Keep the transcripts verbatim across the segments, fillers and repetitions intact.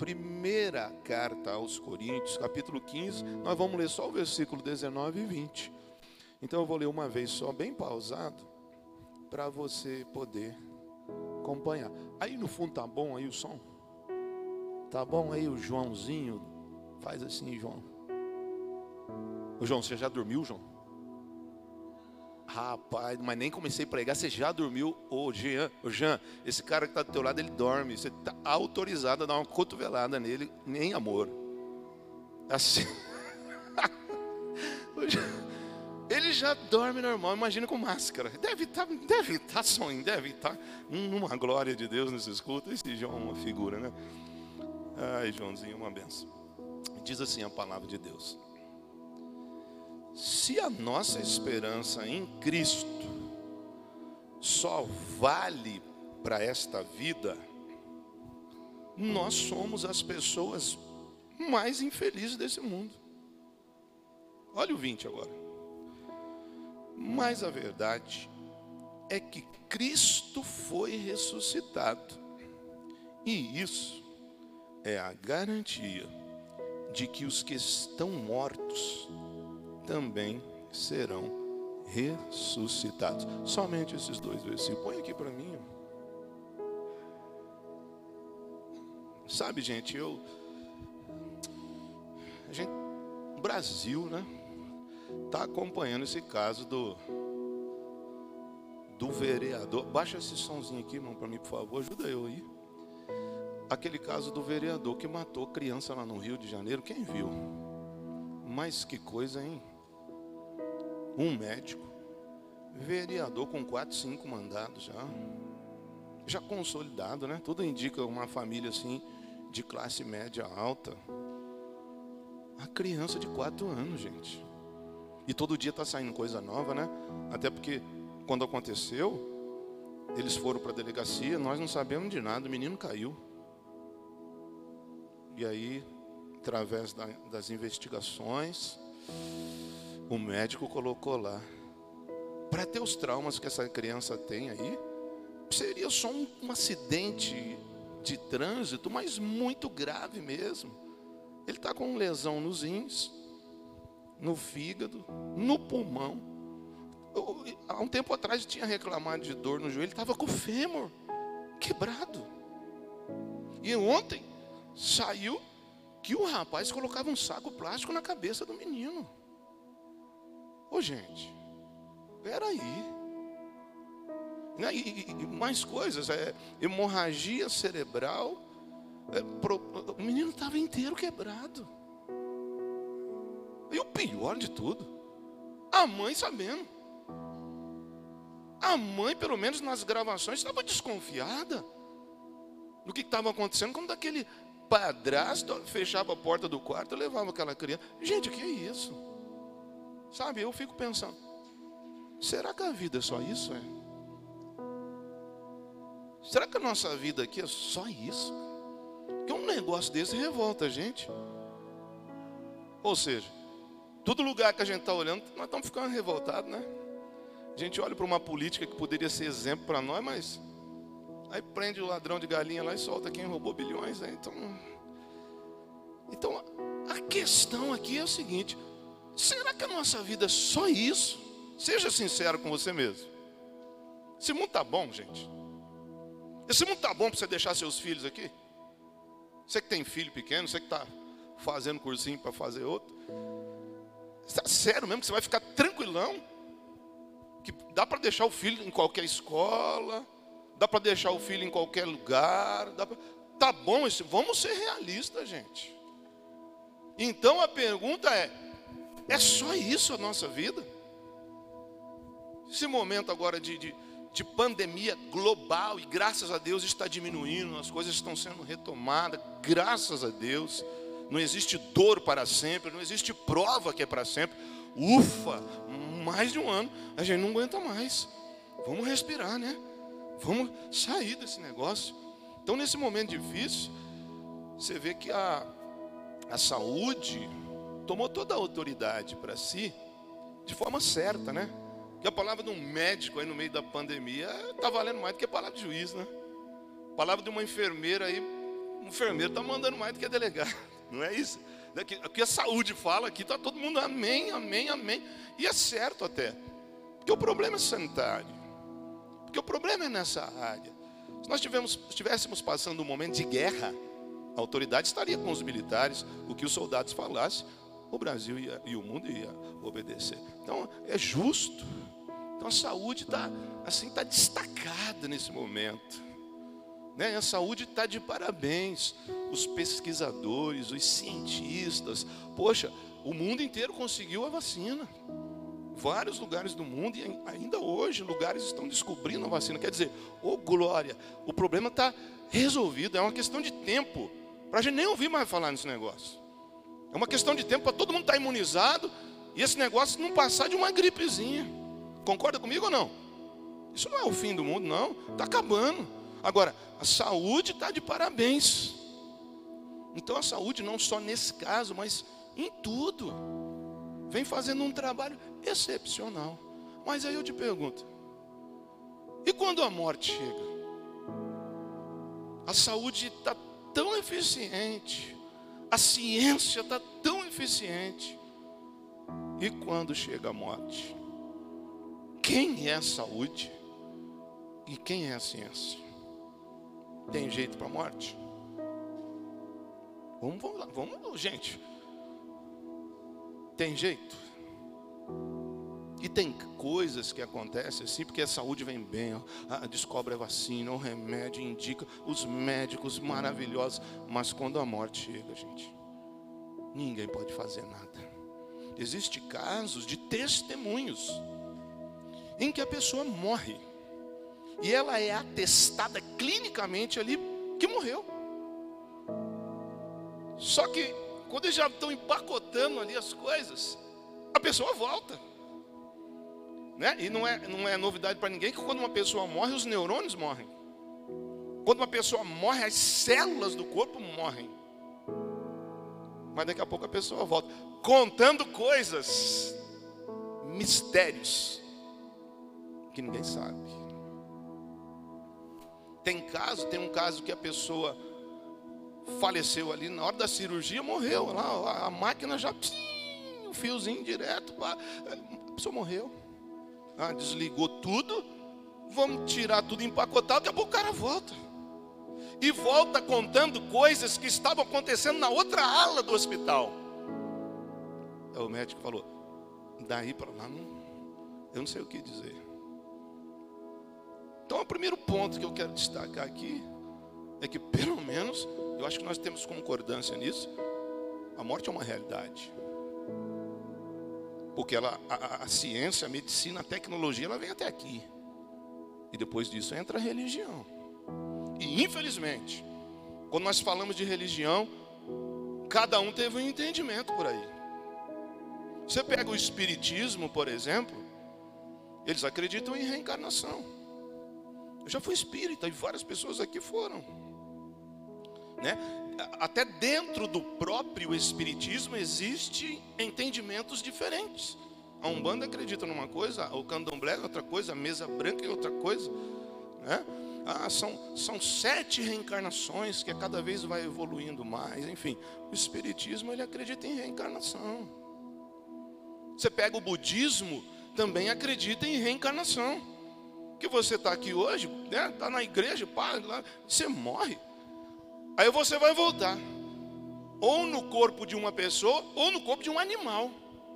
primeira carta aos Coríntios, capítulo quinze, nós vamos ler só o versículo dezenove e vinte. Então eu vou ler uma vez só, bem pausado, para você poder acompanhar. Aí no fundo tá bom aí o som? Tá bom aí o Joãozinho? Faz assim, João. Ô João, você já dormiu, João? Rapaz, mas nem comecei a pregar, você já dormiu? Ô Jean, ô Jean, esse cara que está do teu lado, ele dorme. Você está autorizado a dar uma cotovelada nele, nem amor. Assim. Ele já dorme normal, imagina com máscara. Deve estar, deve estar sonhando, deve estar numa glória de Deus nesses cultos. Esse João é uma figura, né? Ai, Joãozinho, uma benção. Diz assim a palavra de Deus: se a nossa esperança em Cristo só vale para esta vida, nós somos as pessoas mais infelizes desse mundo. Olha o vinte agora. Mas a verdade é que Cristo foi ressuscitado, e isso é a garantia de que os que estão mortos também serão ressuscitados. Somente esses dois versículos. Põe aqui para mim. Sabe, gente, eu... A gente, o Brasil, né? Está acompanhando esse caso do... Do vereador. Baixa esse somzinho aqui, irmão, para mim, por favor. Ajuda eu aí. Aquele caso do vereador que matou criança lá no Rio de Janeiro. Quem viu? Mas que coisa, hein? Um médico, vereador com quatro, cinco mandados já, já consolidado, né? Tudo indica uma família assim, de classe média alta. A criança de quatro anos, gente. E todo dia está saindo coisa nova, né? Até porque quando aconteceu, eles foram para a delegacia, nós não sabemos de nada, o menino caiu. E aí, através da, das investigações, o médico colocou lá, para ter os traumas que essa criança tem aí, seria só um, um acidente de trânsito, mas muito grave mesmo. Ele está com lesão nos rins, no fígado, no pulmão. Eu, há um tempo atrás tinha reclamado de dor no joelho, ele estava com o fêmur quebrado. E ontem saiu que o rapaz colocava um saco plástico na cabeça do menino. Ô gente, peraí. E, e, e mais coisas, é, hemorragia cerebral, é, pro, o menino estava inteiro quebrado. E o pior de tudo, a mãe sabendo. A mãe, pelo menos nas gravações, estava desconfiada do que estava acontecendo, como daquele padrasto fechava a porta do quarto e levava aquela criança. Gente, o que é isso? Sabe, eu fico pensando, será que a vida é só isso? É? Será que a nossa vida aqui é só isso? Porque um negócio desse revolta a gente. Ou seja, todo lugar que a gente está olhando, nós estamos ficando revoltados, né? A gente olha para uma política que poderia ser exemplo para nós, mas aí prende o ladrão de galinha lá e solta quem roubou bilhões, né? Então, então a questão aqui é o seguinte: será que a nossa vida é só isso? Seja sincero com você mesmo. Esse mundo está bom, gente? Esse mundo está bom para você deixar seus filhos aqui? Você que tem filho pequeno, você que está fazendo cursinho para fazer outro. Está sério mesmo que você vai ficar tranquilão? Que dá para deixar o filho em qualquer escola, dá para deixar o filho em qualquer lugar. Dá pra... Tá bom isso? Vamos ser realistas, gente. Então a pergunta é: é só isso a nossa vida? Esse momento agora de, de, de pandemia global, e graças a Deus está diminuindo, as coisas estão sendo retomadas, graças a Deus. Não existe dor para sempre, não existe prova que é para sempre. Ufa, mais de um ano, a gente não aguenta mais. Vamos respirar, né? Vamos sair desse negócio. Então, nesse momento difícil, você vê que a, a saúde tomou toda a autoridade para si, de forma certa, né? Que a palavra de um médico aí no meio da pandemia está valendo mais do que a palavra de juiz, né? A palavra de uma enfermeira aí o enfermeiro está mandando mais do que delegado. Não é isso? O que a saúde fala aqui, está todo mundo amém, amém, amém. E é certo até. Porque o problema é sanitário. Porque o problema é nessa área. Se nós tivemos, estivéssemos passando um momento de guerra, a autoridade estaria com os militares, o que os soldados falassem, o Brasil ia, e o mundo ia obedecer. Então é justo. Então a saúde está assim, tá destacada nesse momento, né? A saúde está de parabéns. Os pesquisadores, os cientistas, poxa, o mundo inteiro conseguiu a vacina. Vários lugares do mundo e ainda hoje lugares estão descobrindo a vacina. Quer dizer, ô glória, o problema está resolvido. É uma questão de tempo para a gente nem ouvir mais falar nesse negócio. É uma questão de tempo para todo mundo estar imunizado e esse negócio não passar de uma gripezinha. Concorda comigo ou não? Isso não é o fim do mundo, não. Está acabando. Agora, a saúde está de parabéns. Então a saúde não só nesse caso, mas em tudo, vem fazendo um trabalho excepcional. Mas aí eu te pergunto, e quando a morte chega? A saúde está tão eficiente, a ciência está tão eficiente. E quando chega a morte? Quem é a saúde? E quem é a ciência? Tem jeito para a morte? Vamos, vamos lá, vamos, gente. Tem jeito? E tem coisas que acontecem assim, porque a saúde vem bem, ó, a, descobre a vacina, o remédio indica, os médicos maravilhosos. Mas quando a morte chega, gente, ninguém pode fazer nada. Existem casos de testemunhos em que a pessoa morre e ela é atestada clinicamente ali que morreu. Só que quando eles já estão empacotando ali as coisas, a pessoa volta, né? E não é, não é novidade para ninguém que quando uma pessoa morre, os neurônios morrem. Quando uma pessoa morre, as células do corpo morrem. Mas daqui a pouco a pessoa volta, contando coisas, mistérios, que ninguém sabe. Tem caso, tem um caso que a pessoa faleceu ali, na hora da cirurgia morreu, lá, a máquina já, o fiozinho direto, a pessoa morreu. Ah, desligou tudo, vamos tirar tudo empacotado, daqui a pouco o cara volta. E volta contando coisas que estavam acontecendo na outra ala do hospital. Aí o médico falou, daí para lá, não, eu não sei o que dizer. Então o primeiro ponto que eu quero destacar aqui, é que pelo menos, eu acho que nós temos concordância nisso, a morte é uma realidade. Porque ela, a, a ciência, a medicina, a tecnologia, ela vem até aqui. E depois disso entra a religião. E infelizmente, quando nós falamos de religião, cada um teve um entendimento por aí. Você pega o espiritismo, por exemplo, eles acreditam em reencarnação. Eu já fui espírita e várias pessoas aqui foram, né? Até dentro do próprio espiritismo existe entendimentos diferentes. A Umbanda acredita numa coisa, o Candomblé é outra coisa, a Mesa Branca é outra coisa, né? Ah, são, são sete reencarnações que cada vez vai evoluindo mais. Enfim, o espiritismo ele acredita em reencarnação. Você pega o budismo, também acredita em reencarnação. Que você está aqui hoje, né? Está na igreja, pá, lá, você morre. Aí você vai voltar, ou no corpo de uma pessoa, ou no corpo de um animal.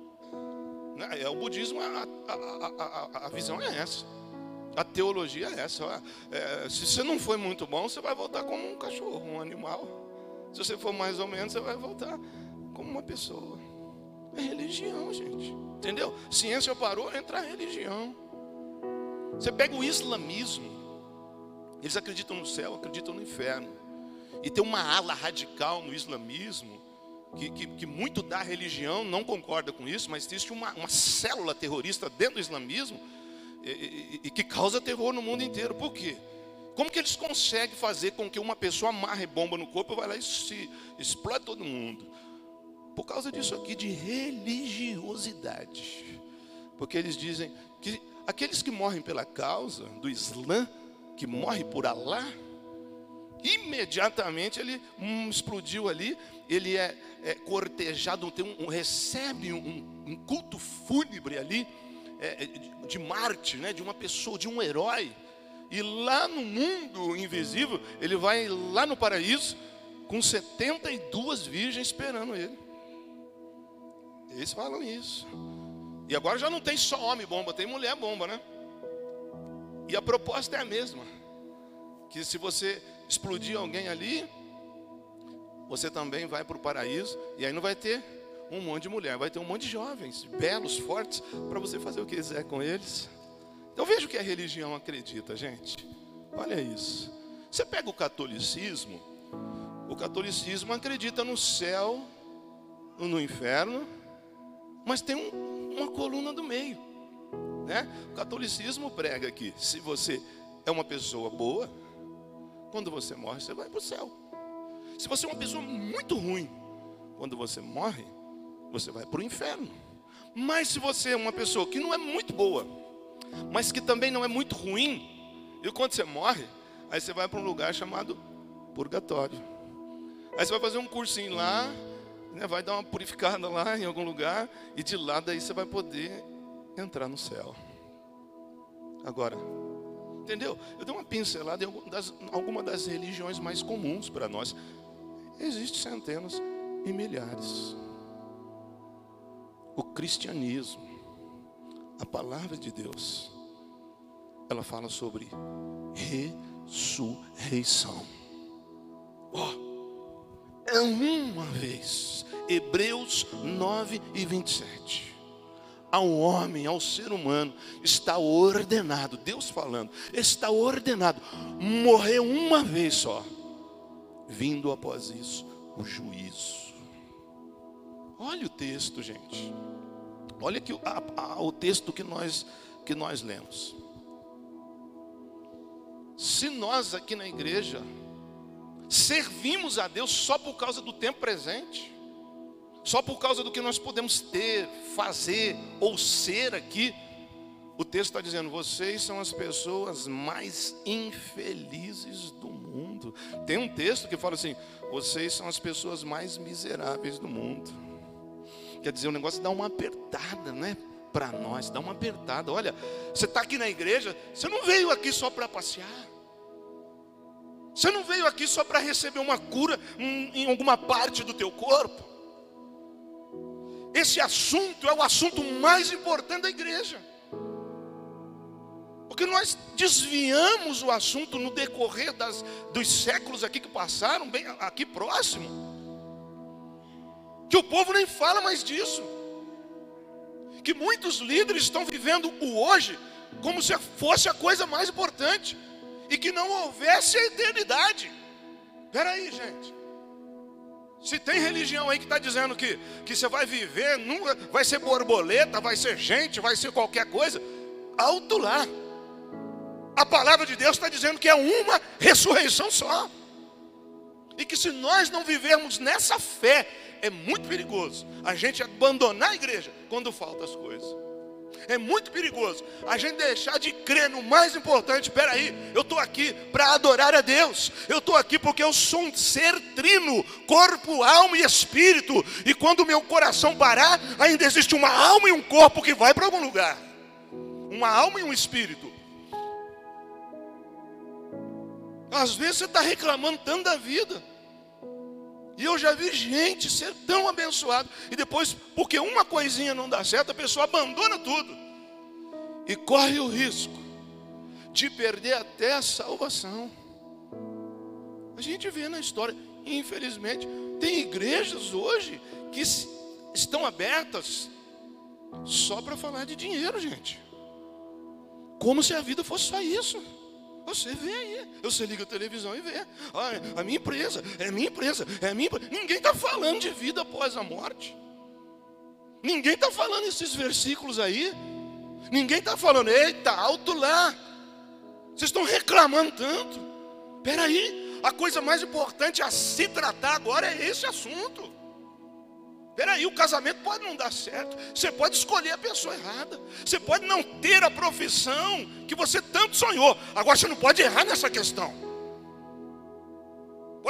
É o budismo, a, a, a, a visão é essa. A teologia é essa. É, se você não foi muito bom, você vai voltar como um cachorro, um animal. Se você for mais ou menos, você vai voltar como uma pessoa. É religião, gente. Entendeu? Ciência parou, entra a religião. Você pega o islamismo. Eles acreditam no céu, acreditam no inferno. E tem uma ala radical no islamismo, que, que, que muito da religião não concorda com isso, mas existe uma, uma célula terrorista dentro do islamismo, e, e, e que causa terror no mundo inteiro. Por quê? Como que eles conseguem fazer com que uma pessoa amarre bomba no corpo e vai lá e se explode todo mundo? Por causa disso aqui, de religiosidade. Porque eles dizem que aqueles que morrem pela causa do Islã, que morrem por Alá, imediatamente ele hum, explodiu ali. Ele é, é cortejado, tem um, um, recebe um, um culto fúnebre ali, é, de, de Marte, né, de uma pessoa, de um herói. E lá no mundo invisível, ele vai lá no paraíso com setenta e duas virgens esperando ele. Eles falam isso. E agora já não tem só homem bomba, tem mulher bomba, né? E a proposta é a mesma. Que se você explodir alguém ali, você também vai para o paraíso. E aí não vai ter um monte de mulher, vai ter um monte de jovens, belos, fortes, para você fazer o que quiser com eles. Então veja o que a religião acredita, gente. Olha isso. Você pega o catolicismo. O catolicismo acredita no céu, no inferno, mas tem um, uma coluna do meio, né? O catolicismo prega que se você é uma pessoa boa, quando você morre, você vai para o céu. Se você é uma pessoa muito ruim, quando você morre, você vai para o inferno. Mas se você é uma pessoa que não é muito boa, mas que também não é muito ruim, e quando você morre, aí você vai para um lugar chamado purgatório. Aí você vai fazer um cursinho lá, né, vai dar uma purificada lá em algum lugar, e de lá daí você vai poder entrar no céu. Agora, entendeu? Eu dei uma pincelada em alguma das, alguma das religiões mais comuns para nós. Existem centenas e milhares. O cristianismo, a palavra de Deus, ela fala sobre ressurreição. Ó, oh, é uma vez, Hebreus nove e vinte e sete. Ao homem, ao ser humano, está ordenado, Deus falando, está ordenado morrer uma vez só, vindo após isso o juízo. Olha o texto, gente. Olha aqui o, a, a, o texto que nós, que nós lemos. Se nós aqui na igreja servimos a Deus só por causa do tempo presente, só por causa do que nós podemos ter, fazer ou ser aqui, o texto está dizendo, vocês são as pessoas mais infelizes do mundo. Tem um texto que fala assim, vocês são as pessoas mais miseráveis do mundo. Quer dizer, o negócio dá uma apertada, né? Para nós, dá uma apertada. Olha, você está aqui na igreja, você não veio aqui só para passear. Você não veio aqui só para receber uma cura em, em alguma parte do teu corpo. Esse assunto é o assunto mais importante da igreja. Porque nós desviamos o assunto no decorrer das, dos séculos aqui que passaram, bem aqui próximo. Que o povo nem fala mais disso. Que muitos líderes estão vivendo o hoje como se fosse a coisa mais importante. E que não houvesse a eternidade. Espera aí, gente. Se tem religião aí que está dizendo que, que você vai viver, nunca, vai ser borboleta, vai ser gente, vai ser qualquer coisa, alto lá. A palavra de Deus está dizendo que é uma ressurreição só. E que se nós não vivermos nessa fé, é muito perigoso a gente abandonar a igreja quando faltam as coisas. É muito perigoso a gente deixar de crer no mais importante. Espera aí, eu estou aqui para adorar a Deus. Eu estou aqui porque eu sou um ser trino, corpo, alma e espírito. E quando o meu coração parar, ainda existe uma alma e um corpo que vai para algum lugar. Uma alma e um espírito. Às vezes você está reclamando tanto da vida. E eu já vi gente ser tão abençoado. E depois, porque uma coisinha não dá certo, a pessoa abandona tudo. E corre o risco de perder até a salvação. A gente vê na história, infelizmente, tem igrejas hoje que estão abertas só para falar de dinheiro, gente. Como se a vida fosse só isso. Você vê aí, você liga a televisão e vê. Ah, a minha empresa, é a minha empresa, é a minha empresa. Ninguém está falando de vida após a morte. Ninguém está falando esses versículos aí. Ninguém está falando, eita, alto lá. Vocês estão reclamando tanto. Espera aí, a coisa mais importante a se tratar agora é esse assunto. Espera aí, o casamento pode não dar certo. Você pode escolher a pessoa errada. Você pode não ter a profissão que você tanto sonhou. Agora você não pode errar nessa questão.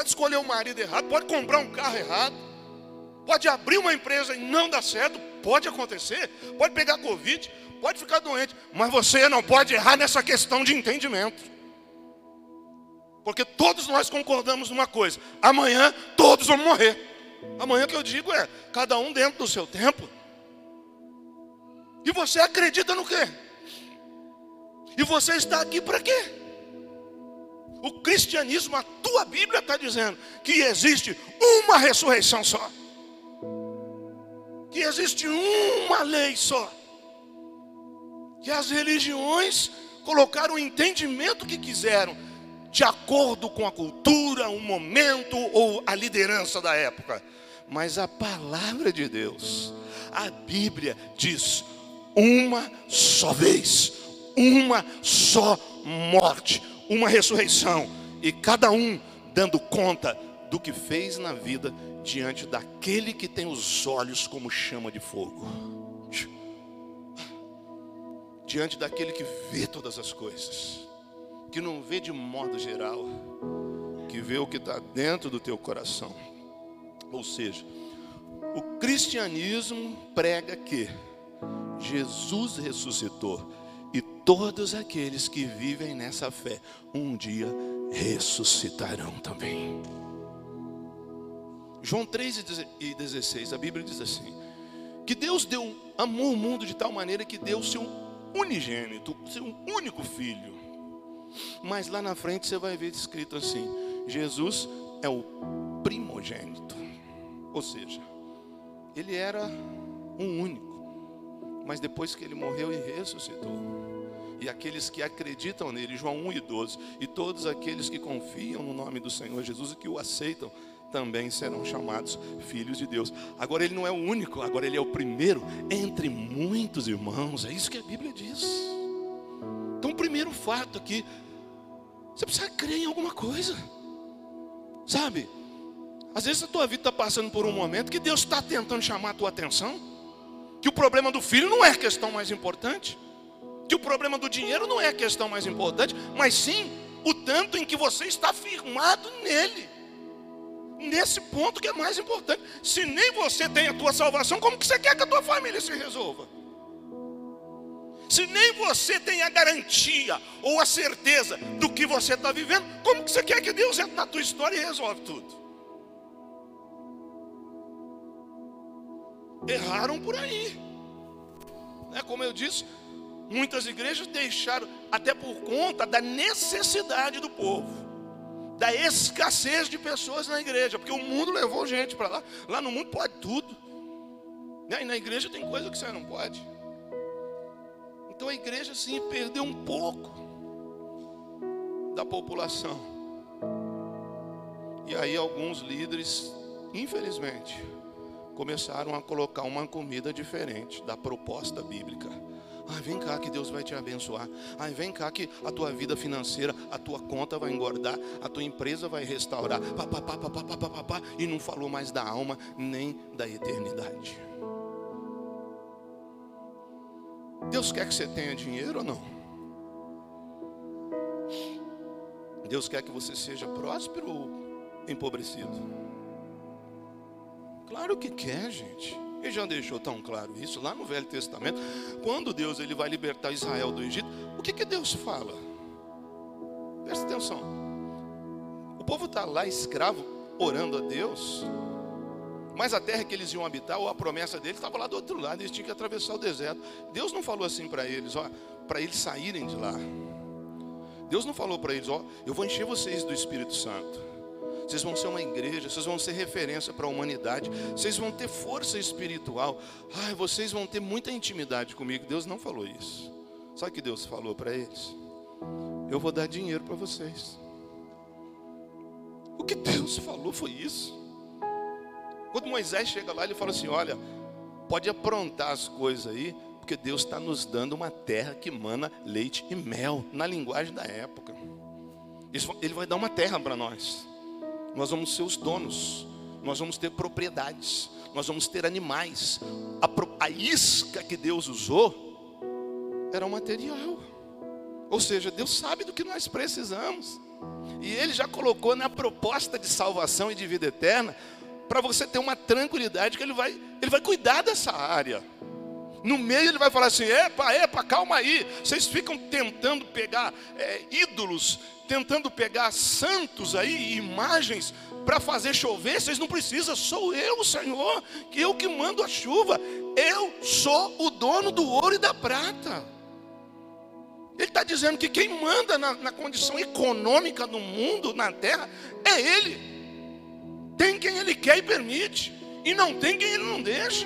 pode escolher um marido errado, pode comprar um carro errado, pode abrir uma empresa e não dar certo, pode acontecer, pode pegar Covid, pode ficar doente, mas você não pode errar nessa questão de entendimento. Porque todos nós concordamos numa coisa: amanhã todos vão morrer. Amanhã que eu digo é, cada um dentro do seu tempo. E você acredita no quê? E você está aqui para quê? O cristianismo, a tua Bíblia está dizendo que existe uma ressurreição só. Que existe uma lei só. Que as religiões colocaram o entendimento que quiseram, de acordo com a cultura, o momento ou a liderança da época. Mas a palavra de Deus, a Bíblia diz uma só vez, uma só morte, uma ressurreição, e cada um dando conta do que fez na vida diante daquele que tem os olhos como chama de fogo, diante daquele que vê todas as coisas, que não vê de modo geral, que vê o que está dentro do teu coração. Ou seja, o cristianismo prega que Jesus ressuscitou, e todos aqueles que vivem nessa fé um dia ressuscitarão também. João três e dezesseis, a Bíblia diz assim: que Deus deu, amou o mundo de tal maneira que deu o seu unigênito, o seu único filho. Mas lá na frente você vai ver escrito assim: Jesus é o primogênito. Ou seja, ele era um único, mas depois que ele morreu e ressuscitou, e aqueles que acreditam nele, João um e doze, e todos aqueles que confiam no nome do Senhor Jesus e que o aceitam, também serão chamados filhos de Deus. Agora ele não é o único, agora ele é o primeiro entre muitos irmãos. É isso que a Bíblia diz. Então o primeiro fato aqui, você precisa crer em alguma coisa, sabe? Às vezes a tua vida está passando por um momento que Deus está tentando chamar a tua atenção, que o problema do filho não é a questão mais importante, que o problema do dinheiro não é a questão mais importante, mas sim o tanto em que você está firmado nele, nesse ponto que é mais importante. Se nem você tem a tua salvação, como que você quer que a tua família se resolva? Se nem você tem a garantia ou a certeza do que você está vivendo, como que você quer que Deus entre na tua história e resolve tudo? Erraram por aí, né? Como eu disse, muitas igrejas deixaram, até por conta da necessidade do povo, da escassez de pessoas na igreja, porque o mundo levou gente para lá. Lá no mundo pode tudo, né? E na igreja tem coisa que você não pode. Então a igreja sim perdeu um pouco da população. E aí alguns líderes, infelizmente, começaram a colocar uma comida diferente da proposta bíblica. Ah, vem cá que Deus vai te abençoar. Ah, vem cá que a tua vida financeira, a tua conta vai engordar, a tua empresa vai restaurar. Pá, pá, pá, pá, pá, pá, pá, pá, e não falou mais da alma nem da eternidade. Deus quer que você tenha dinheiro ou não? Deus quer que você seja próspero ou empobrecido? Claro que quer, gente. Ele já deixou tão claro isso lá no Velho Testamento. Quando Deus ele vai libertar Israel do Egito, o que que Deus fala? Presta atenção. O povo está lá escravo, orando a Deus, mas a terra que eles iam habitar, ou a promessa deles, estava lá do outro lado. Eles tinham que atravessar o deserto. Deus não falou assim para eles, ó, para eles saírem de lá. Deus não falou para eles, ó, eu vou encher vocês do Espírito Santo. Vocês vão ser uma igreja, vocês vão ser referência para a humanidade, vocês vão ter força espiritual, ai, vocês vão ter muita intimidade comigo. Deus não falou isso. Sabe o que Deus falou para eles? Eu vou dar dinheiro para vocês. O que Deus falou foi isso. Quando Moisés chega lá, ele fala assim: olha, pode aprontar as coisas aí, porque Deus está nos dando uma terra que mana leite e mel, na linguagem da época. Ele vai dar uma terra para nós. Nós vamos ser os donos, nós vamos ter propriedades, nós vamos ter animais. A, pro, a isca que Deus usou era um material. Ou seja, Deus sabe do que nós precisamos. E Ele já colocou na proposta de salvação e de vida eterna, para você ter uma tranquilidade que Ele vai, Ele vai cuidar dessa área. No meio Ele vai falar assim: epa, epa, calma aí. Vocês ficam tentando pegar é, ídolos, tentando pegar santos aí, imagens, para fazer chover. Vocês não precisam, sou eu, Senhor, que eu que mando a chuva. Eu sou o dono do ouro e da prata. Ele está dizendo que quem manda na, na condição econômica do mundo, na terra, é Ele. Tem quem Ele quer e permite, e não tem quem Ele não deixa.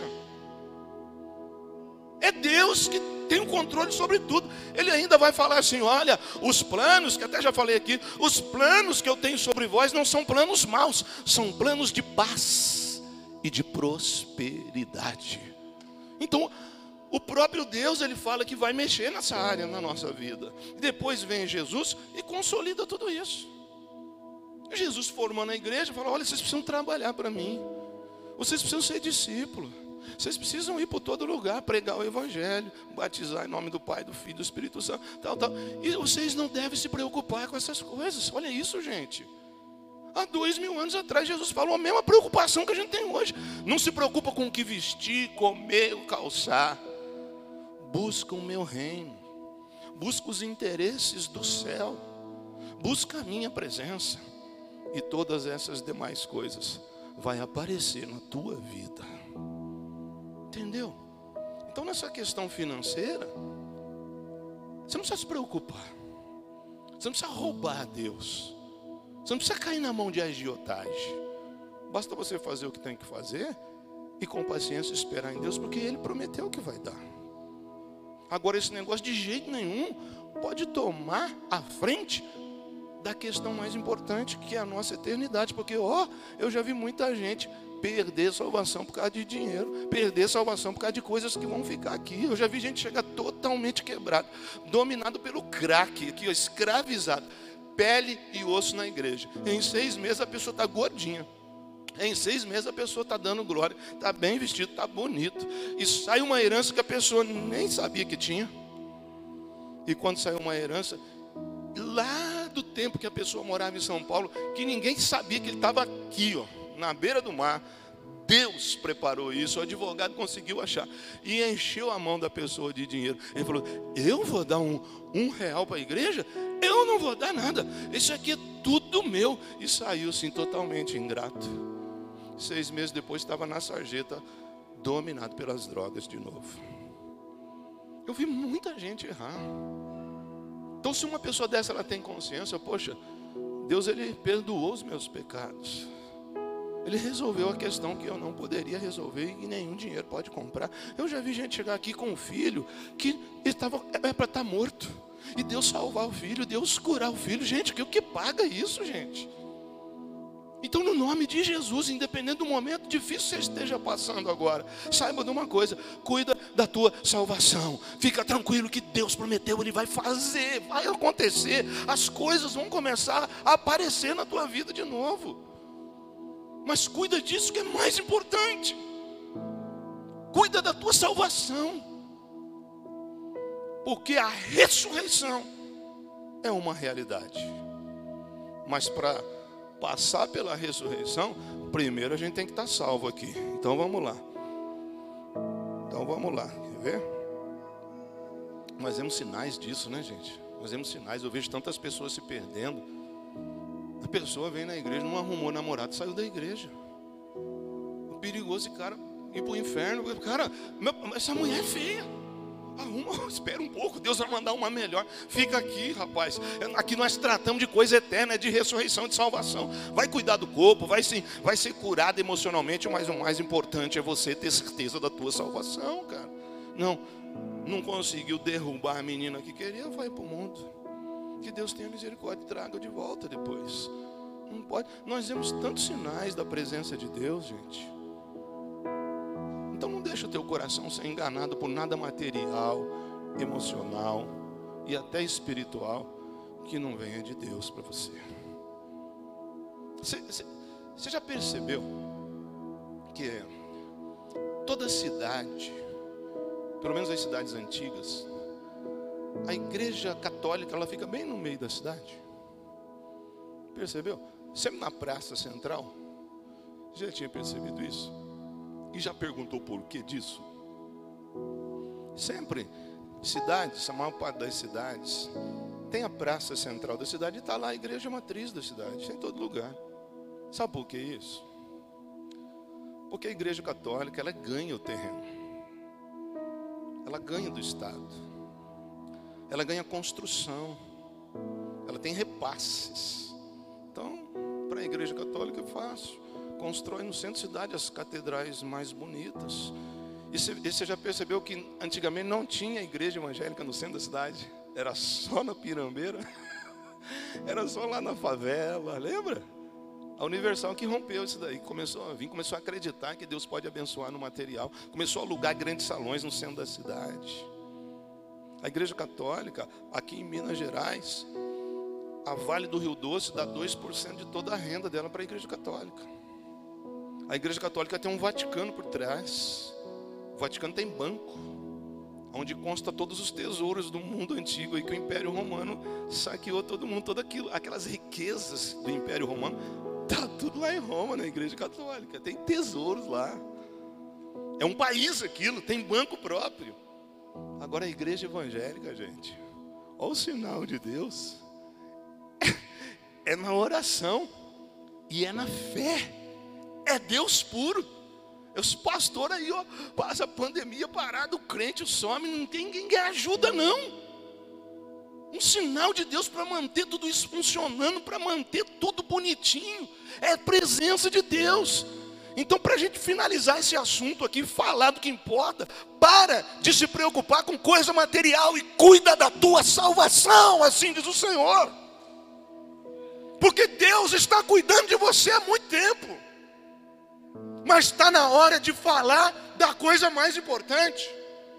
É Deus que tem o controle sobre tudo. Ele ainda vai falar assim: olha, os planos, que até já falei aqui, os planos que eu tenho sobre vós não são planos maus, são planos de paz e de prosperidade. Então, o próprio Deus, Ele fala que vai mexer nessa área na nossa vida. E depois vem Jesus e consolida tudo isso. Jesus formando a igreja, fala: olha, vocês precisam trabalhar para mim. Vocês precisam ser discípulos. Vocês precisam ir por todo lugar, pregar o Evangelho, batizar em nome do Pai, do Filho e do Espírito Santo, tal, tal. E vocês não devem se preocupar com essas coisas. Olha isso, gente. Há dois mil anos atrás, Jesus falou a mesma preocupação que a gente tem hoje. Não se preocupa com o que vestir, comer, calçar. Busca o meu reino, busca os interesses do céu, busca a minha presença, e todas essas demais coisas vai aparecer na tua vida. Entendeu? Então, nessa questão financeira, você não precisa se preocupar, você não precisa roubar a Deus, você não precisa cair na mão de agiotagem. Basta você fazer o que tem que fazer e com paciência esperar em Deus, porque Ele prometeu que vai dar. Agora, esse negócio de jeito nenhum pode tomar a frente da questão mais importante, que é a nossa eternidade. Porque, ó, eu já vi muita gente perder salvação por causa de dinheiro, perder salvação por causa de coisas que vão ficar aqui. Eu já vi gente chegar totalmente quebrado, dominado pelo crack, aqui, ó, escravizado, pele e osso na igreja. Em seis meses a pessoa está gordinha. Em seis meses a pessoa está dando glória, está bem vestido, está bonito. E sai uma herança que a pessoa nem sabia que tinha. E quando saiu uma herança, lá do tempo que a pessoa morava em São Paulo, que ninguém sabia que ele estava aqui, ó, na beira do mar, Deus preparou isso, o advogado conseguiu achar. E encheu a mão da pessoa de dinheiro. Ele falou: eu vou dar um, um real para a igreja? Eu não vou dar nada, isso aqui é tudo meu. E saiu assim totalmente ingrato. Seis meses depois estava na sarjeta, dominado pelas drogas de novo. Eu vi muita gente errar. Então, se uma pessoa dessa ela tem consciência, poxa, Deus, Ele perdoou os meus pecados. Ele resolveu a questão que eu não poderia resolver e nenhum dinheiro pode comprar. Eu já vi gente chegar aqui com um filho que estava é para estar morto, e Deus salvar o filho, Deus curar o filho. Gente, o que paga isso, gente? Então, no nome de Jesus, independente do momento difícil que você esteja passando agora, saiba de uma coisa: cuida da tua salvação. Fica tranquilo que Deus prometeu, Ele vai fazer, vai acontecer. As coisas vão começar a aparecer na tua vida de novo. Mas cuida disso que é mais importante. Cuida da tua salvação. Porque a ressurreição é uma realidade. Mas para passar pela ressurreição, primeiro a gente tem que estar salvo aqui. Então vamos lá. Então vamos lá. Quer ver? Nós vemos sinais disso, né, gente? Nós vemos sinais. Eu vejo tantas pessoas se perdendo. A pessoa vem na igreja, não arrumou namorado, saiu da igreja. O perigoso, esse cara ir para o inferno. Cara, meu, essa mulher é feia. Arruma, espera um pouco, Deus vai mandar uma melhor. Fica aqui, rapaz. Aqui nós tratamos de coisa eterna, de ressurreição, de salvação. Vai cuidar do corpo, vai, sim, vai ser curado emocionalmente, mas o mais importante é você ter certeza da tua salvação, cara. Não, não conseguiu derrubar a menina que queria, vai para o mundo. Que Deus tenha misericórdia e traga de volta depois. Não pode. Nós vemos tantos sinais da presença de Deus, gente. Então não deixa o teu coração ser enganado por nada material, emocional e até espiritual que não venha de Deus para você. Você, você, você já percebeu que toda cidade, pelo menos as cidades antigas, a igreja católica ela fica bem no meio da cidade? percebeu? Sempre na praça central, já tinha percebido isso? E já perguntou por que disso? Sempre, cidades, a maior parte das cidades, tem a praça central da cidade e está lá a igreja matriz da cidade, tem em todo lugar. Sabe por que isso? Porque a igreja católica, ela ganha o terreno. Ela ganha do Estado. Ela ganha construção. Ela tem repasses. Então, para a igreja católica é fácil. Constrói no centro da cidade as catedrais mais bonitas. E você já percebeu que antigamente não tinha igreja evangélica no centro da cidade? Era só na Pirambeira. Era só lá na favela, lembra? A Universal que rompeu isso daí, começou a vir, começou a acreditar que Deus pode abençoar no material, começou a alugar grandes salões no centro da cidade. A igreja católica, aqui em Minas Gerais, a Vale do Rio Doce dá dois por cento de toda a renda dela para a igreja católica. A igreja católica tem um Vaticano por trás. O Vaticano tem banco, onde consta todos os tesouros do mundo antigo, e que o Império Romano saqueou todo mundo, todas aquilo, aquelas riquezas do Império Romano. Está tudo lá em Roma, na igreja católica. Tem tesouros lá. É um país aquilo, tem banco próprio. Agora a igreja evangélica, gente, olha o sinal de Deus. É na oração e é na fé. É Deus puro. Os pastores aí, ó, passa a pandemia parado, o crente some, não tem ninguém que ajuda não. Um sinal de Deus para manter tudo isso funcionando, para manter tudo bonitinho. É a presença de Deus. Então, para a gente finalizar esse assunto aqui, falar do que importa, para de se preocupar com coisa material e cuida da tua salvação, assim diz o Senhor. Porque Deus está cuidando de você há muito tempo. Mas está na hora de falar da coisa mais importante.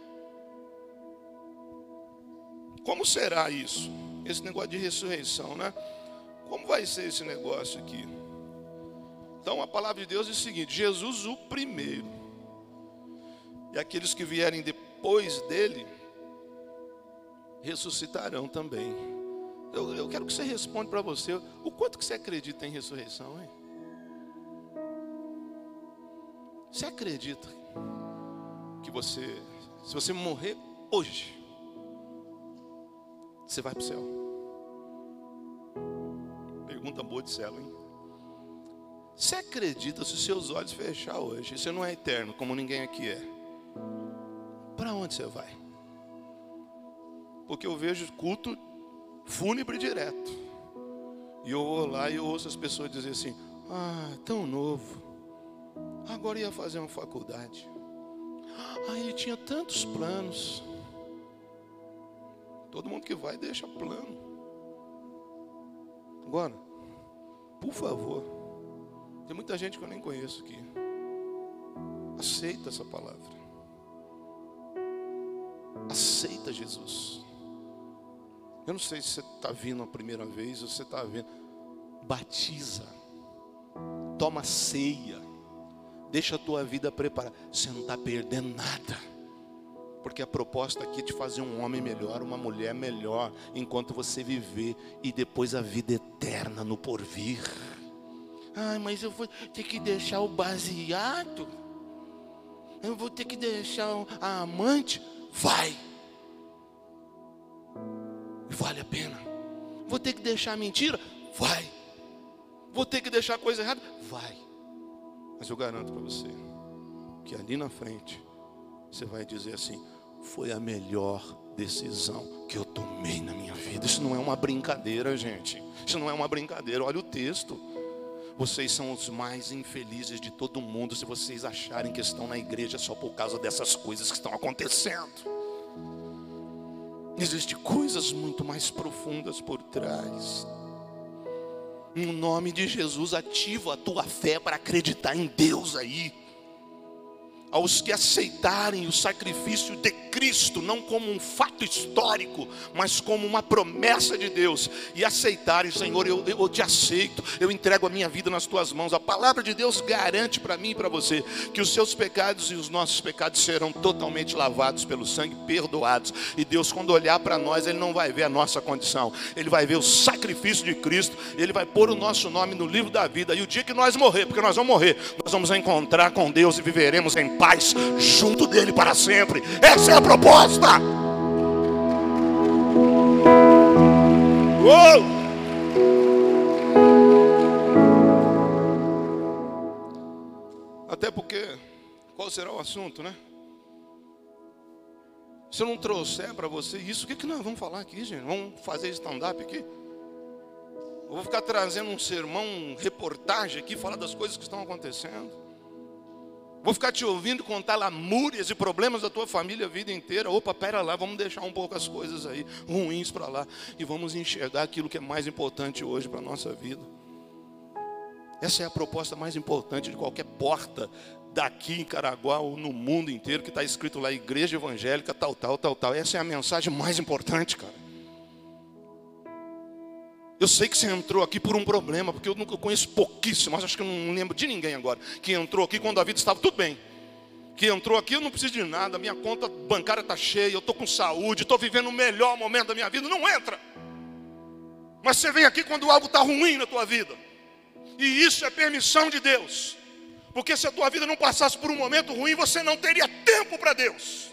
Como será isso? Esse negócio de ressurreição, né? Como vai ser esse negócio aqui? Então a palavra de Deus diz o seguinte: Jesus o primeiro, e aqueles que vierem depois dele ressuscitarão também. Eu, eu quero que você responda para você, o quanto que você acredita em ressurreição, hein? Você acredita que você, se você morrer hoje, você vai para o céu? Pergunta boa de céu, hein? Você acredita, se os seus olhos fechar hoje, você não é eterno, como ninguém aqui é, para onde você vai? Porque eu vejo culto fúnebre direto, e eu vou lá e eu ouço as pessoas dizer assim: ah, tão novo, agora ia fazer uma faculdade, ah, ele tinha tantos planos. Todo mundo que vai deixa plano. Agora, por favor, tem muita gente que eu nem conheço aqui. Aceita essa palavra. Aceita Jesus. Eu não sei se você está vindo a primeira vez ou se você está vendo. Batiza. Toma ceia. Deixa a tua vida preparada. Você não está perdendo nada. Porque a proposta aqui é de fazer um homem melhor, uma mulher melhor, enquanto você viver, e depois a vida eterna no porvir. Ai, mas eu vou ter que deixar o baseado, eu vou ter que deixar a amante. Vai, vale a pena. Vou ter que deixar a mentira. Vai. Vou ter que deixar a coisa errada. Vai. Mas eu garanto para você que ali na frente você vai dizer assim: foi a melhor decisão que eu tomei na minha vida. Isso não é uma brincadeira, gente. Isso não é uma brincadeira. Olha o texto. Vocês são os mais infelizes de todo mundo se vocês acharem que estão na igreja só por causa dessas coisas que estão acontecendo. Existem coisas muito mais profundas por trás. No nome de Jesus, ativa a tua fé para acreditar em Deus aí. aos que aceitarem o sacrifício de Cristo, não como um fato histórico, mas como uma promessa de Deus, e aceitarem: Senhor, eu, eu te aceito, eu entrego a minha vida nas tuas mãos. A palavra de Deus garante para mim e para você que os seus pecados e os nossos pecados serão totalmente lavados pelo sangue, perdoados. E Deus, quando olhar para nós, Ele não vai ver a nossa condição, Ele vai ver o sacrifício de Cristo. Ele vai pôr o nosso nome no livro da vida, e o dia que nós morrer, porque nós vamos morrer, nós vamos encontrar com Deus e viveremos em paz junto dele para sempre. Essa é a proposta. Uou! Até porque, qual será o assunto, né? Se eu não trouxer para você isso, o que, que nós vamos falar aqui, gente? Vamos fazer stand-up aqui? Eu vou ficar trazendo um sermão, um reportagem aqui, falar das coisas que estão acontecendo? Vou ficar te ouvindo contar lamúrias e problemas da tua família a vida inteira? Opa, pera lá, vamos deixar um pouco as coisas aí ruins para lá e vamos enxergar aquilo que é mais importante hoje para a nossa vida. Essa é a proposta mais importante de qualquer porta daqui em Caraguá ou no mundo inteiro, que está escrito lá: igreja evangélica, tal, tal, tal, tal. Essa é a mensagem mais importante, cara. Eu sei que você entrou aqui por um problema, porque eu nunca conheço pouquíssimo, mas acho que eu não lembro de ninguém agora que entrou aqui quando a vida estava tudo bem. Que entrou aqui: eu não preciso de nada, minha conta bancária está cheia, eu estou com saúde, estou vivendo o melhor momento da minha vida. Não entra. Mas você vem aqui quando algo está ruim na tua vida. E isso é permissão de Deus. Porque se a tua vida não passasse por um momento ruim, você não teria tempo para Deus.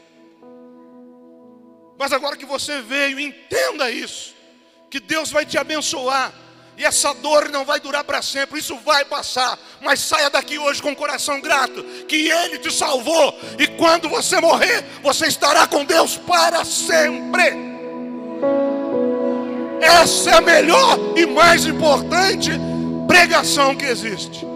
Mas agora que você veio, entenda isso, que Deus vai te abençoar, e essa dor não vai durar para sempre, isso vai passar. Mas saia daqui hoje com o coração grato, que Ele te salvou, e quando você morrer, você estará com Deus para sempre. Essa é a melhor e mais importante pregação que existe.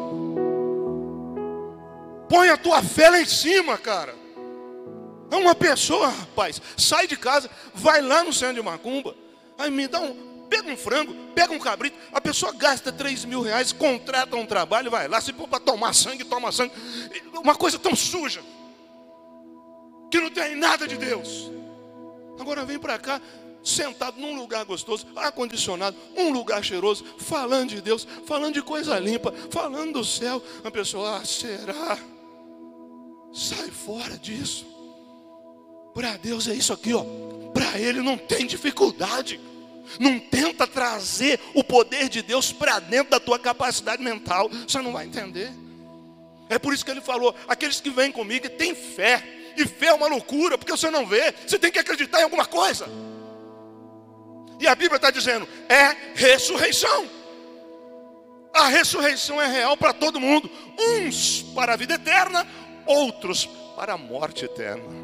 Põe a tua fé lá em cima, cara. Uma pessoa, rapaz, sai de casa, vai lá no centro de macumba, aí me dá um, pega um frango, pega um cabrito, a pessoa gasta três mil reais, contrata um trabalho, vai lá, se for para tomar sangue, toma sangue. Uma coisa tão suja, que não tem nada de Deus. Agora vem para cá, sentado num lugar gostoso, ar-condicionado, um lugar cheiroso, falando de Deus, falando de coisa limpa, falando do céu. A pessoa: ah, será? Sai fora disso. Para Deus é isso aqui, ó. Para Ele não tem dificuldade. Não tenta trazer o poder de Deus para dentro da tua capacidade mental. Você não vai entender. É por isso que Ele falou: aqueles que vêm comigo e têm fé. E fé é uma loucura, porque você não vê. Você tem que acreditar em alguma coisa. E a Bíblia está dizendo: é ressurreição. A ressurreição é real para todo mundo. Uns para a vida eterna, outros para a morte eterna.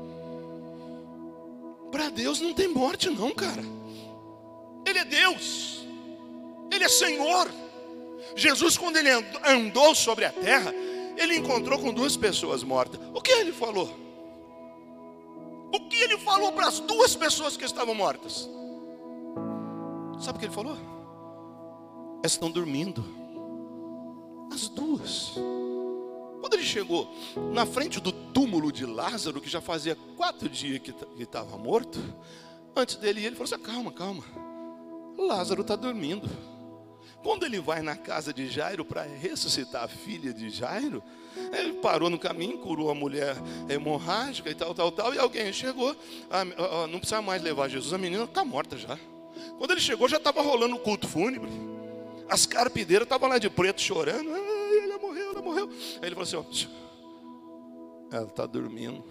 Para Deus não tem morte não, cara. Ele é Deus. Ele é Senhor. Jesus, quando Ele andou sobre a terra, Ele encontrou com duas pessoas mortas. O que Ele falou? O que Ele falou para as duas pessoas que estavam mortas? Sabe o que Ele falou? Elas estão dormindo. As duas. Quando Ele chegou na frente do túmulo de Lázaro, que já fazia quatro dias que estava morto, antes dele, Ele falou assim: calma, calma, Lázaro está dormindo. Quando Ele vai na casa de Jairo para ressuscitar a filha de Jairo, Ele parou no caminho, curou a mulher hemorrágica e tal, tal, tal, e alguém chegou: ah, não precisa mais levar Jesus, a menina está morta já. Quando Ele chegou, já estava rolando o culto fúnebre. As carpideiras estavam lá de preto chorando: ah, ela morreu, ela morreu. Aí Ele falou assim: ó, ela está dormindo.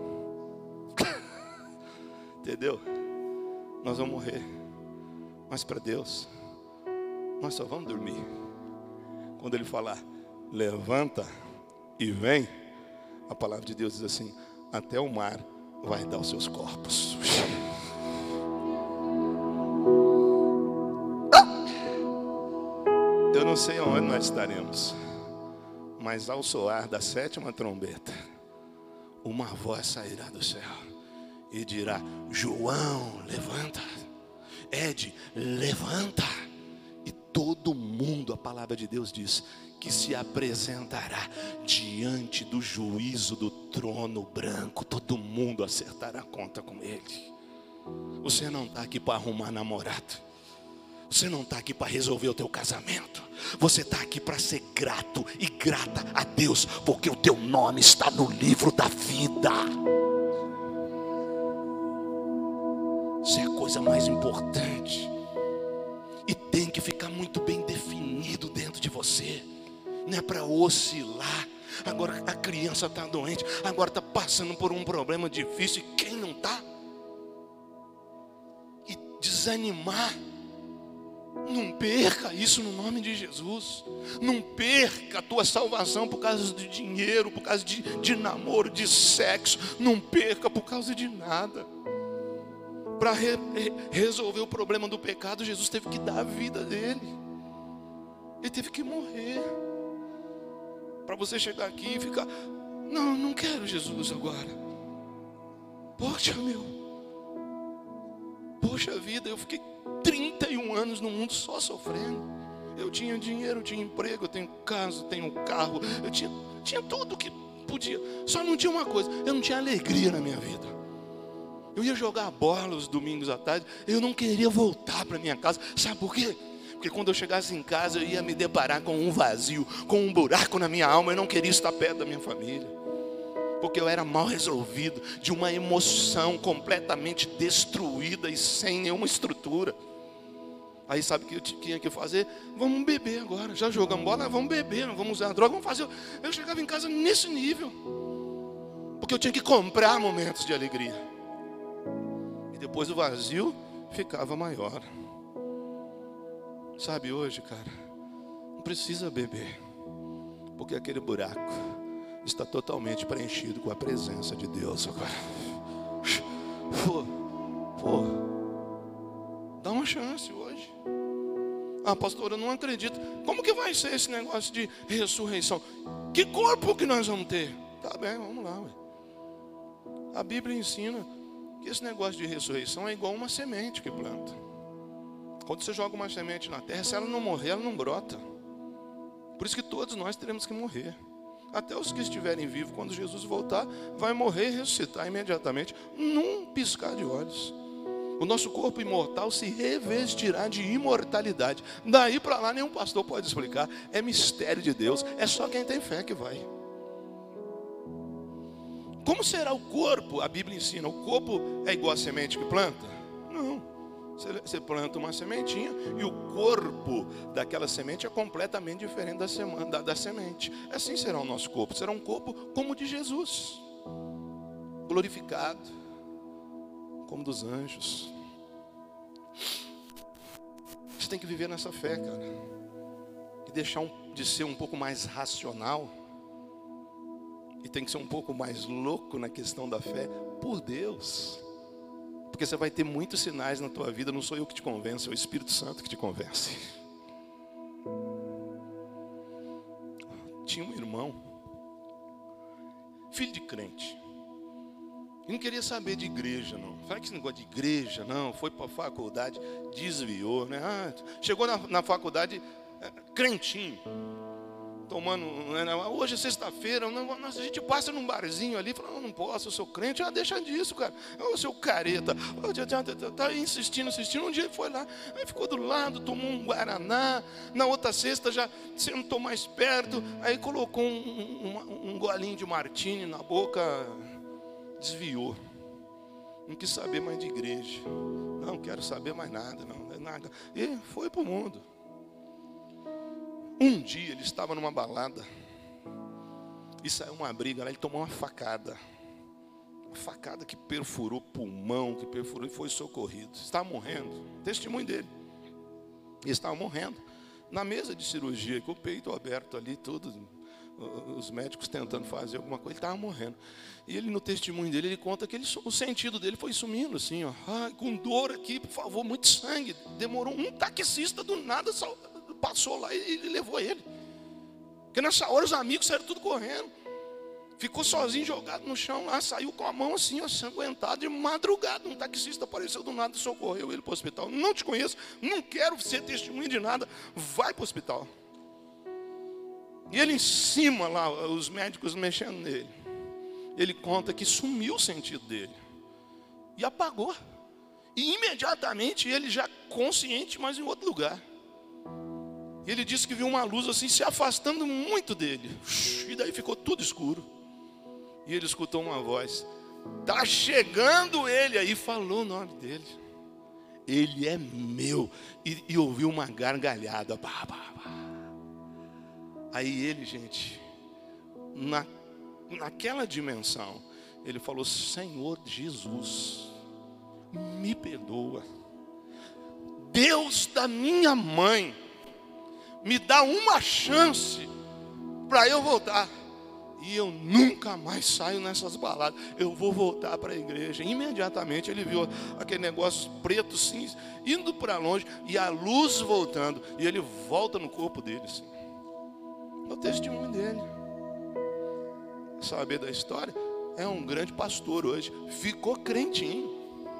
Entendeu? Nós vamos morrer, mas para Deus nós só vamos dormir. Quando Ele falar: levanta e vem, a palavra de Deus diz assim: até o mar vai dar os seus corpos. Eu não sei aonde nós estaremos, mas ao soar da sétima trombeta, uma voz sairá do céu e dirá: João, levanta. Ed, levanta. E todo mundo mundo, a palavra de Deus diz, que se apresentará diante do juízo do trono branco. Todo mundo acertará conta com ele. Você não está aqui para arrumar namorado. Você não está aqui para resolver o teu casamento. Você está aqui para ser grato e grata a Deus, porque o teu nome está no livro da vida. Isso é a coisa mais importante. E tem que ficar muito bem definido dentro de você. Não é para oscilar. Agora a criança está doente, agora está passando por um problema difícil. E quem não está? E desanimar. Não perca isso no nome de Jesus. Não perca a tua salvação por causa de dinheiro, por causa de, de namoro, de sexo. Não perca por causa de nada. Para re, re, resolver o problema do pecado, Jesus teve que dar a vida dele. Ele teve que morrer. Para você chegar aqui e ficar, não, não quero Jesus agora. Poxa, meu. Poxa vida, eu fiquei trinta e um anos no mundo só sofrendo. Eu tinha dinheiro, eu tinha emprego, eu tenho casa, eu tenho carro. Eu tinha, tinha tudo que podia. Só não tinha uma coisa, eu não tinha alegria na minha vida. Eu ia jogar bola os domingos à tarde, eu não queria voltar para minha casa. Sabe por quê? Porque quando eu chegasse em casa, eu ia me deparar com um vazio, com um buraco na minha alma. Eu não queria estar perto da minha família. Porque eu era mal resolvido, de uma emoção completamente destruída e sem nenhuma estrutura. Aí sabe o que eu tinha que fazer? Vamos beber agora. Já jogamos bola, vamos beber, vamos usar droga, vamos fazer. Eu chegava em casa nesse nível. Porque eu tinha que comprar momentos de alegria. E depois o vazio ficava maior. Sabe, hoje, cara, não precisa beber, porque aquele buraco está totalmente preenchido com a presença de Deus agora. Pô, pô, dá uma chance hoje. Ah, pastor, eu não acredito. Como que vai ser esse negócio de ressurreição? Que corpo que nós vamos ter? Tá bem, vamos lá, ué. A Bíblia ensina que esse negócio de ressurreição é igual uma semente que planta. Quando você joga uma semente na terra, se ela não morrer, ela não brota. Por isso que todos nós teremos que morrer. Até os que estiverem vivos, quando Jesus voltar, vai morrer e ressuscitar imediatamente, num piscar de olhos. O nosso corpo imortal se revestirá de imortalidade. Daí para lá nenhum pastor pode explicar. É mistério de Deus. É só quem tem fé que vai. Como será o corpo? A Bíblia ensina. O corpo é igual a semente que planta? Não. Você planta uma sementinha e o corpo daquela semente é completamente diferente da, semana, da, da semente. Assim será o nosso corpo. Será um corpo como o de Jesus, glorificado, como dos anjos. Você tem que viver nessa fé, cara, e deixar um, de ser um pouco mais racional, e tem que ser um pouco mais louco na questão da fé por Deus. Porque você vai ter muitos sinais na tua vida. Não sou eu que te convenço, é o Espírito Santo que te convence. Tinha um irmão, filho de crente, e não queria saber de igreja, não. Fala que esse negócio de igreja, não. Foi para a faculdade, desviou, né? Ah, chegou na, na faculdade, é, crentinho. Tomando, né, hoje é sexta-feira, a gente passa num barzinho ali, fala, não, não posso, eu sou crente. Ah, deixa disso, cara. Ô, seu careta, tá insistindo, insistindo. Um dia ele foi lá, aí ficou do lado, tomou um guaraná. Na outra sexta já sentou mais perto, aí colocou um, um, um golinho de martini na boca, desviou. Não quis saber mais de igreja. Não quero saber mais nada, não, nada. E foi pro mundo. Um dia ele estava numa balada e saiu uma briga lá, ele tomou uma facada. Uma facada que perfurou o pulmão, que perfurou e foi socorrido. Estava morrendo, testemunho dele. Ele estava morrendo na mesa de cirurgia, com o peito aberto ali, tudo, os médicos tentando fazer alguma coisa, ele estava morrendo. E ele, no testemunho dele, ele conta que ele, o sentido dele foi sumindo assim, ó. Ah, com dor aqui, por favor, muito sangue. Demorou um taxista do nada, só passou lá e, e levou ele. Porque nessa hora os amigos saíram tudo correndo. Ficou sozinho, jogado no chão lá, saiu com a mão assim, ensanguentado, de madrugada. Um taxista apareceu do nada e socorreu ele para o hospital. Não te conheço, não quero ser testemunha de nada, vai para o hospital. E ele em cima lá, os médicos mexendo nele. Ele conta que sumiu o sentido dele. E apagou. E imediatamente ele já consciente, mas em outro lugar. E ele disse que viu uma luz assim se afastando muito dele. E daí ficou tudo escuro. E ele escutou uma voz. Está chegando ele aí, falou o nome dele. Ele é meu. E, e ouviu uma gargalhada. Bah, bah, bah. Aí ele, gente, na, naquela dimensão, ele falou: Senhor Jesus, me perdoa. Deus da minha mãe, me dá uma chance para eu voltar. E eu nunca mais saio nessas baladas. Eu vou voltar para a igreja. Imediatamente ele viu aquele negócio preto, cinza, indo para longe, e a luz voltando. E ele volta no corpo dele. Assim. É o testemunho dele. Saber da história? É um grande pastor hoje. Ficou crentinho.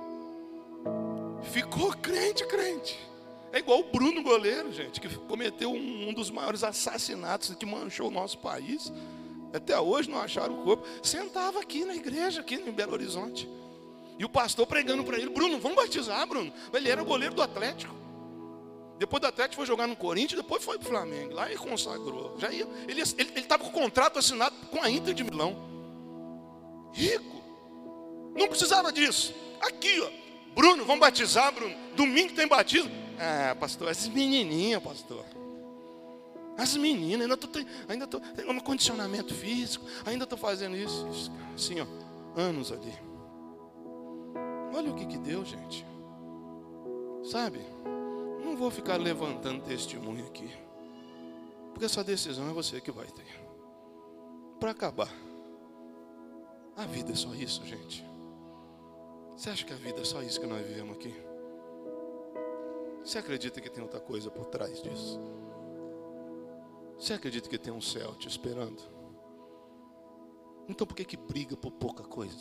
Ficou crente, crente. É igual o Bruno Goleiro, gente, que cometeu um, um dos maiores assassinatos que manchou o nosso país. Até hoje não acharam o corpo. Sentava aqui na igreja, aqui em Belo Horizonte. E o pastor pregando para ele: Bruno, vamos batizar, Bruno. Ele era o goleiro do Atlético. Depois do Atlético foi jogar no Corinthians, depois foi para o Flamengo. Lá ele consagrou. Já ia, ele estava com o contrato assinado com a Inter de Milão. Rico. Não precisava disso. Aqui, ó. Bruno, vamos batizar, Bruno. Domingo tem batismo. Ah, pastor, as menininhas, pastor. As meninas, ainda estou ainda tô, tem um condicionamento físico, ainda estou fazendo isso, isso. Assim, ó, anos ali. Olha o que que deu, gente. Sabe? Não vou ficar levantando testemunho aqui. Porque essa decisão é você que vai ter. Para acabar. A vida é só isso, gente. Você acha que a vida é só isso que nós vivemos aqui? Você acredita que tem outra coisa por trás disso? Você acredita que tem um céu te esperando? Então por que que briga por pouca coisa?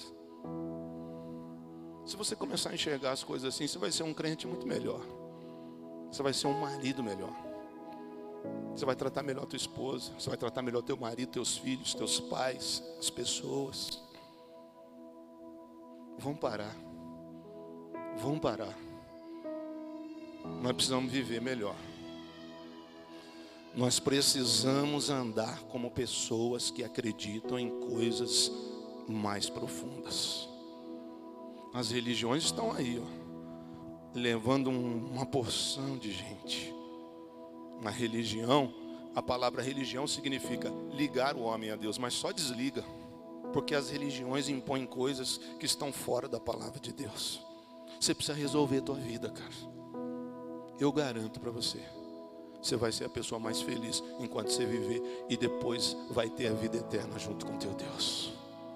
Se você começar a enxergar as coisas assim, você vai ser um crente muito melhor. Você vai ser um marido melhor. Você vai tratar melhor tua esposa. Você vai tratar melhor teu marido, teus filhos, teus pais, as pessoas. Vamos parar. Vamos parar. Nós precisamos viver melhor. Nós precisamos andar como pessoas que acreditam em coisas mais profundas. As religiões estão aí, ó, levando um, uma porção de gente. Na religião, a palavra religião significa ligar o homem a Deus, mas só desliga, porque as religiões impõem coisas que estão fora da palavra de Deus. Você precisa resolver a tua vida, cara. Eu garanto para você. Você vai ser a pessoa mais feliz enquanto você viver. E depois vai ter a vida eterna junto com teu Deus.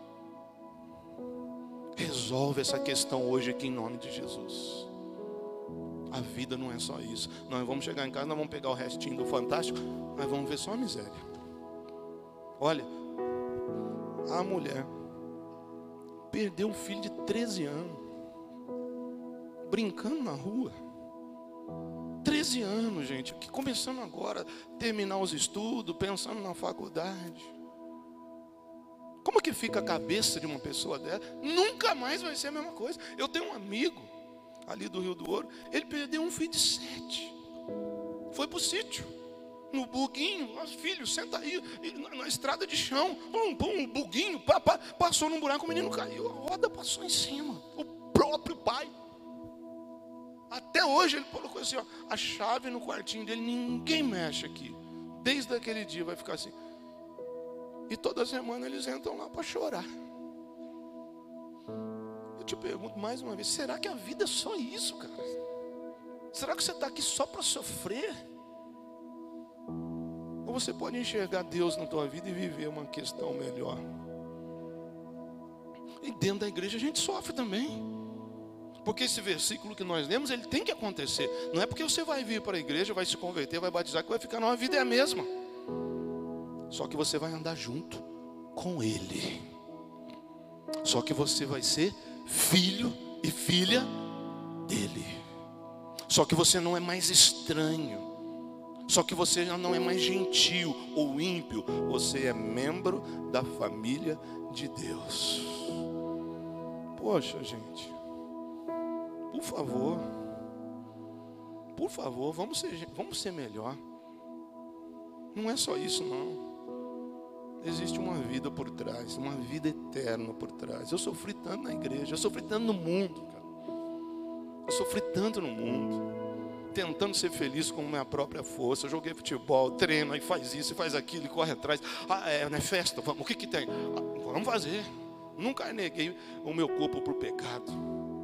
Resolve essa questão hoje aqui em nome de Jesus. A vida não é só isso. Nós vamos chegar em casa, nós vamos pegar o restinho do Fantástico, nós vamos ver só a miséria. Olha, a mulher perdeu um filho de treze anos, brincando na rua. treze anos, gente, que começando agora, terminar os estudos, pensando na faculdade. Como que fica a cabeça de uma pessoa dessa? Nunca mais vai ser a mesma coisa. Eu tenho um amigo ali do Rio do Ouro, ele perdeu um filho de sete. Foi para o sítio, no buguinho, os filhos, senta aí, na, na estrada de chão, pum, pum, um buguinho, pá, pá, passou num buraco, o menino caiu, a roda passou em cima, o próprio pai. Até hoje ele colocou assim, ó, a chave no quartinho dele, ninguém mexe aqui. Desde aquele dia vai ficar assim. E toda semana eles entram lá para chorar. Eu te pergunto mais uma vez, será que a vida é só isso, cara? Será que você está aqui só para sofrer? Ou você pode enxergar Deus na tua vida e viver uma questão melhor? E dentro da igreja a gente sofre também. Porque esse versículo que nós lemos, ele tem que acontecer. Não é porque você vai vir para a igreja, vai se converter, vai batizar, que vai ficar, não, a vida é a mesma. Só que você vai andar junto. com Ele. Só que você vai ser filho e filha dele. Só que você não é mais estranho. Só que você já não é mais gentil ou ímpio. Você é membro da família de Deus. Poxa, gente, por favor, por favor, vamos ser, vamos ser melhor. Não é só isso, não. Existe uma vida por trás, uma vida eterna por trás. Eu sofri tanto na igreja, eu sofri tanto no mundo, cara. Eu sofri tanto no mundo, tentando ser feliz com minha própria força. Eu joguei futebol, treino, aí faz isso, faz aquilo, e corre atrás. Ah, é, não é festa? Vamos, o que que tem? Ah, vamos fazer. Nunca neguei o meu corpo para o pecado.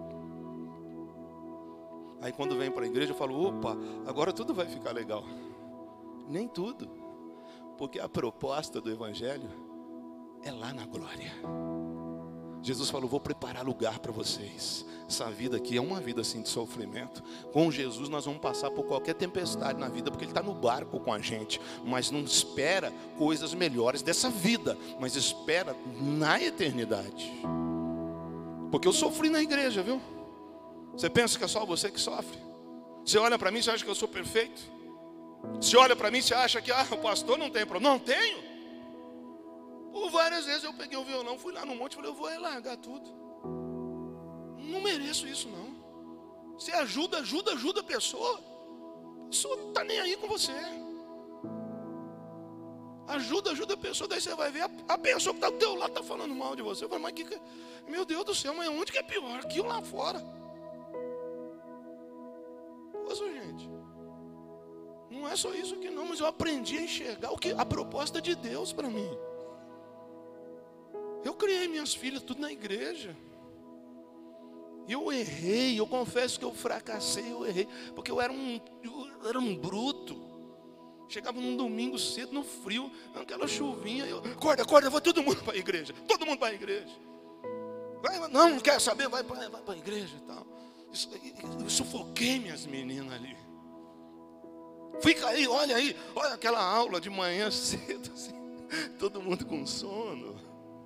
Aí quando vem para a igreja eu falo, opa, agora tudo vai ficar legal. Nem tudo. Porque a proposta do evangelho é lá na glória. Jesus falou, vou preparar lugar para vocês. Essa vida aqui é uma vida assim de sofrimento. Com Jesus nós vamos passar por qualquer tempestade na vida, porque Ele está no barco com a gente. Mas não espera coisas melhores dessa vida, mas espera na eternidade. Porque eu sofri na igreja, viu? Você pensa que é só você que sofre? Você olha para mim, você acha que eu sou perfeito? Você olha para mim, você acha que ah, o pastor não tem problema? Não tenho. Por várias vezes eu peguei o violão, fui lá no monte e falei, eu vou largar tudo. Não mereço isso não. Você ajuda, ajuda, ajuda a pessoa. A pessoa não está nem aí com você. Ajuda, ajuda a pessoa, daí você vai ver a, a pessoa que está do teu lado está falando mal de você. Eu falo, mas que, que, meu Deus do céu, mas onde que é pior? Aqui ou lá fora? Poxa, gente, não é só isso aqui não, mas eu aprendi a enxergar o que, a proposta de Deus para mim. Eu criei minhas filhas tudo na igreja. Eu errei, eu confesso que eu fracassei, eu errei, porque eu era um, eu era um bruto. Chegava num domingo cedo, no frio, aquela chuvinha, eu, acorda, acorda, vai todo mundo para a igreja, todo mundo para a igreja. Vai, não, não quer saber, vai, vai, vai para a igreja e tal. Isso, eu, eu sufoquei minhas meninas ali. Fica aí, olha aí, olha aquela aula de manhã cedo, assim, todo mundo com sono.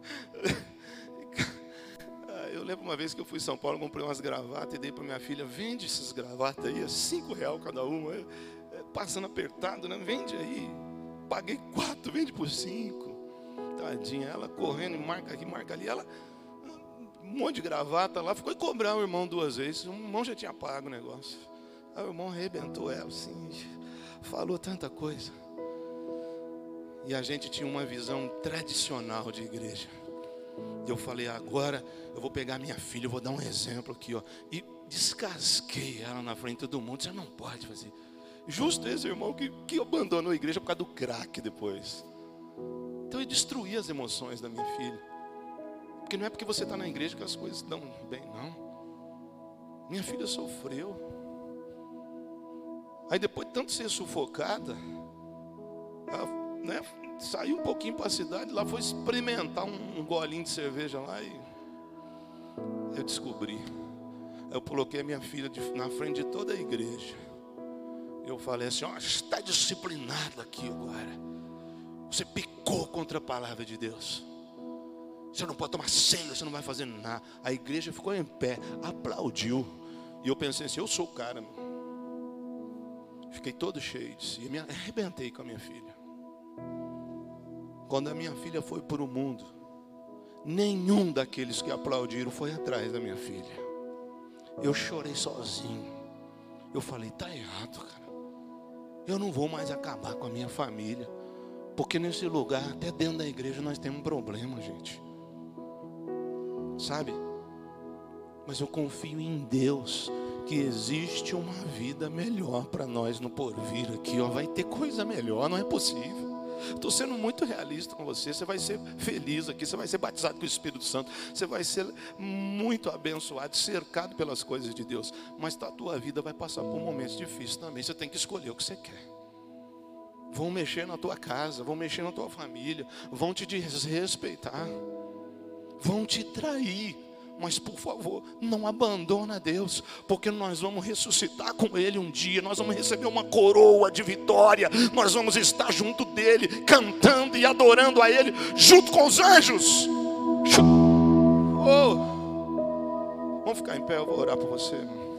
Eu lembro uma vez que eu fui em São Paulo, comprei umas gravatas e dei para minha filha, vende essas gravatas aí, é cinco reais cada uma, é, é, passando apertado, né? Vende aí, paguei quatro, vende por cinco. Tadinha, ela correndo, marca aqui, marca ali, ela, um monte de gravata lá, ficou e cobrar o irmão duas vezes, o irmão já tinha pago o negócio. Aí o irmão arrebentou ela, assim, falou tanta coisa. E a gente tinha uma visão tradicional de igreja. E eu falei, agora eu vou pegar minha filha, eu vou dar um exemplo aqui, ó. E descasquei ela na frente de todo mundo. Você não pode fazer. Justo esse irmão que, que abandonou a igreja por causa do crack depois. Então eu destruí as emoções da minha filha. Porque não é porque você está na igreja que as coisas dão bem, não. Minha filha sofreu. Aí depois de tanto ser sufocada, ela, né, saiu um pouquinho para a cidade, lá foi experimentar um, um golinho de cerveja lá e eu descobri. Eu coloquei a minha filha de, na frente de toda a igreja. Eu falei assim, ó, está disciplinado aqui agora. Você pecou contra a palavra de Deus. Você não pode tomar ceia, você não vai fazer nada. A igreja ficou em pé, aplaudiu. E eu pensei assim, eu sou o cara. Fiquei todo cheio de si, me arrebentei com a minha filha. Quando a minha filha foi para o mundo, nenhum daqueles que aplaudiram foi atrás da minha filha. Eu chorei sozinho. Eu falei, tá errado, cara. Eu não vou mais acabar com a minha família. Porque nesse lugar, até dentro da igreja, nós temos um problema, gente. Sabe? Mas eu confio em Deus, que existe uma vida melhor para nós no porvir aqui, ó. Vai ter coisa melhor, não é possível. Estou sendo muito realista com você. Você vai ser feliz aqui, você vai ser batizado com o Espírito Santo, você vai ser muito abençoado, cercado pelas coisas de Deus. Mas a tua vida vai passar por momentos difíceis também. Você tem que escolher o que você quer. Vão mexer na tua casa, vão mexer na tua família, vão te desrespeitar, vão te trair, Mas por favor, não abandona Deus, porque nós vamos ressuscitar com Ele um dia. Nós vamos receber uma coroa de vitória. Nós vamos estar junto dEle, cantando e adorando a Ele, junto com os anjos. Oh. Vamos ficar em pé, eu vou orar por você.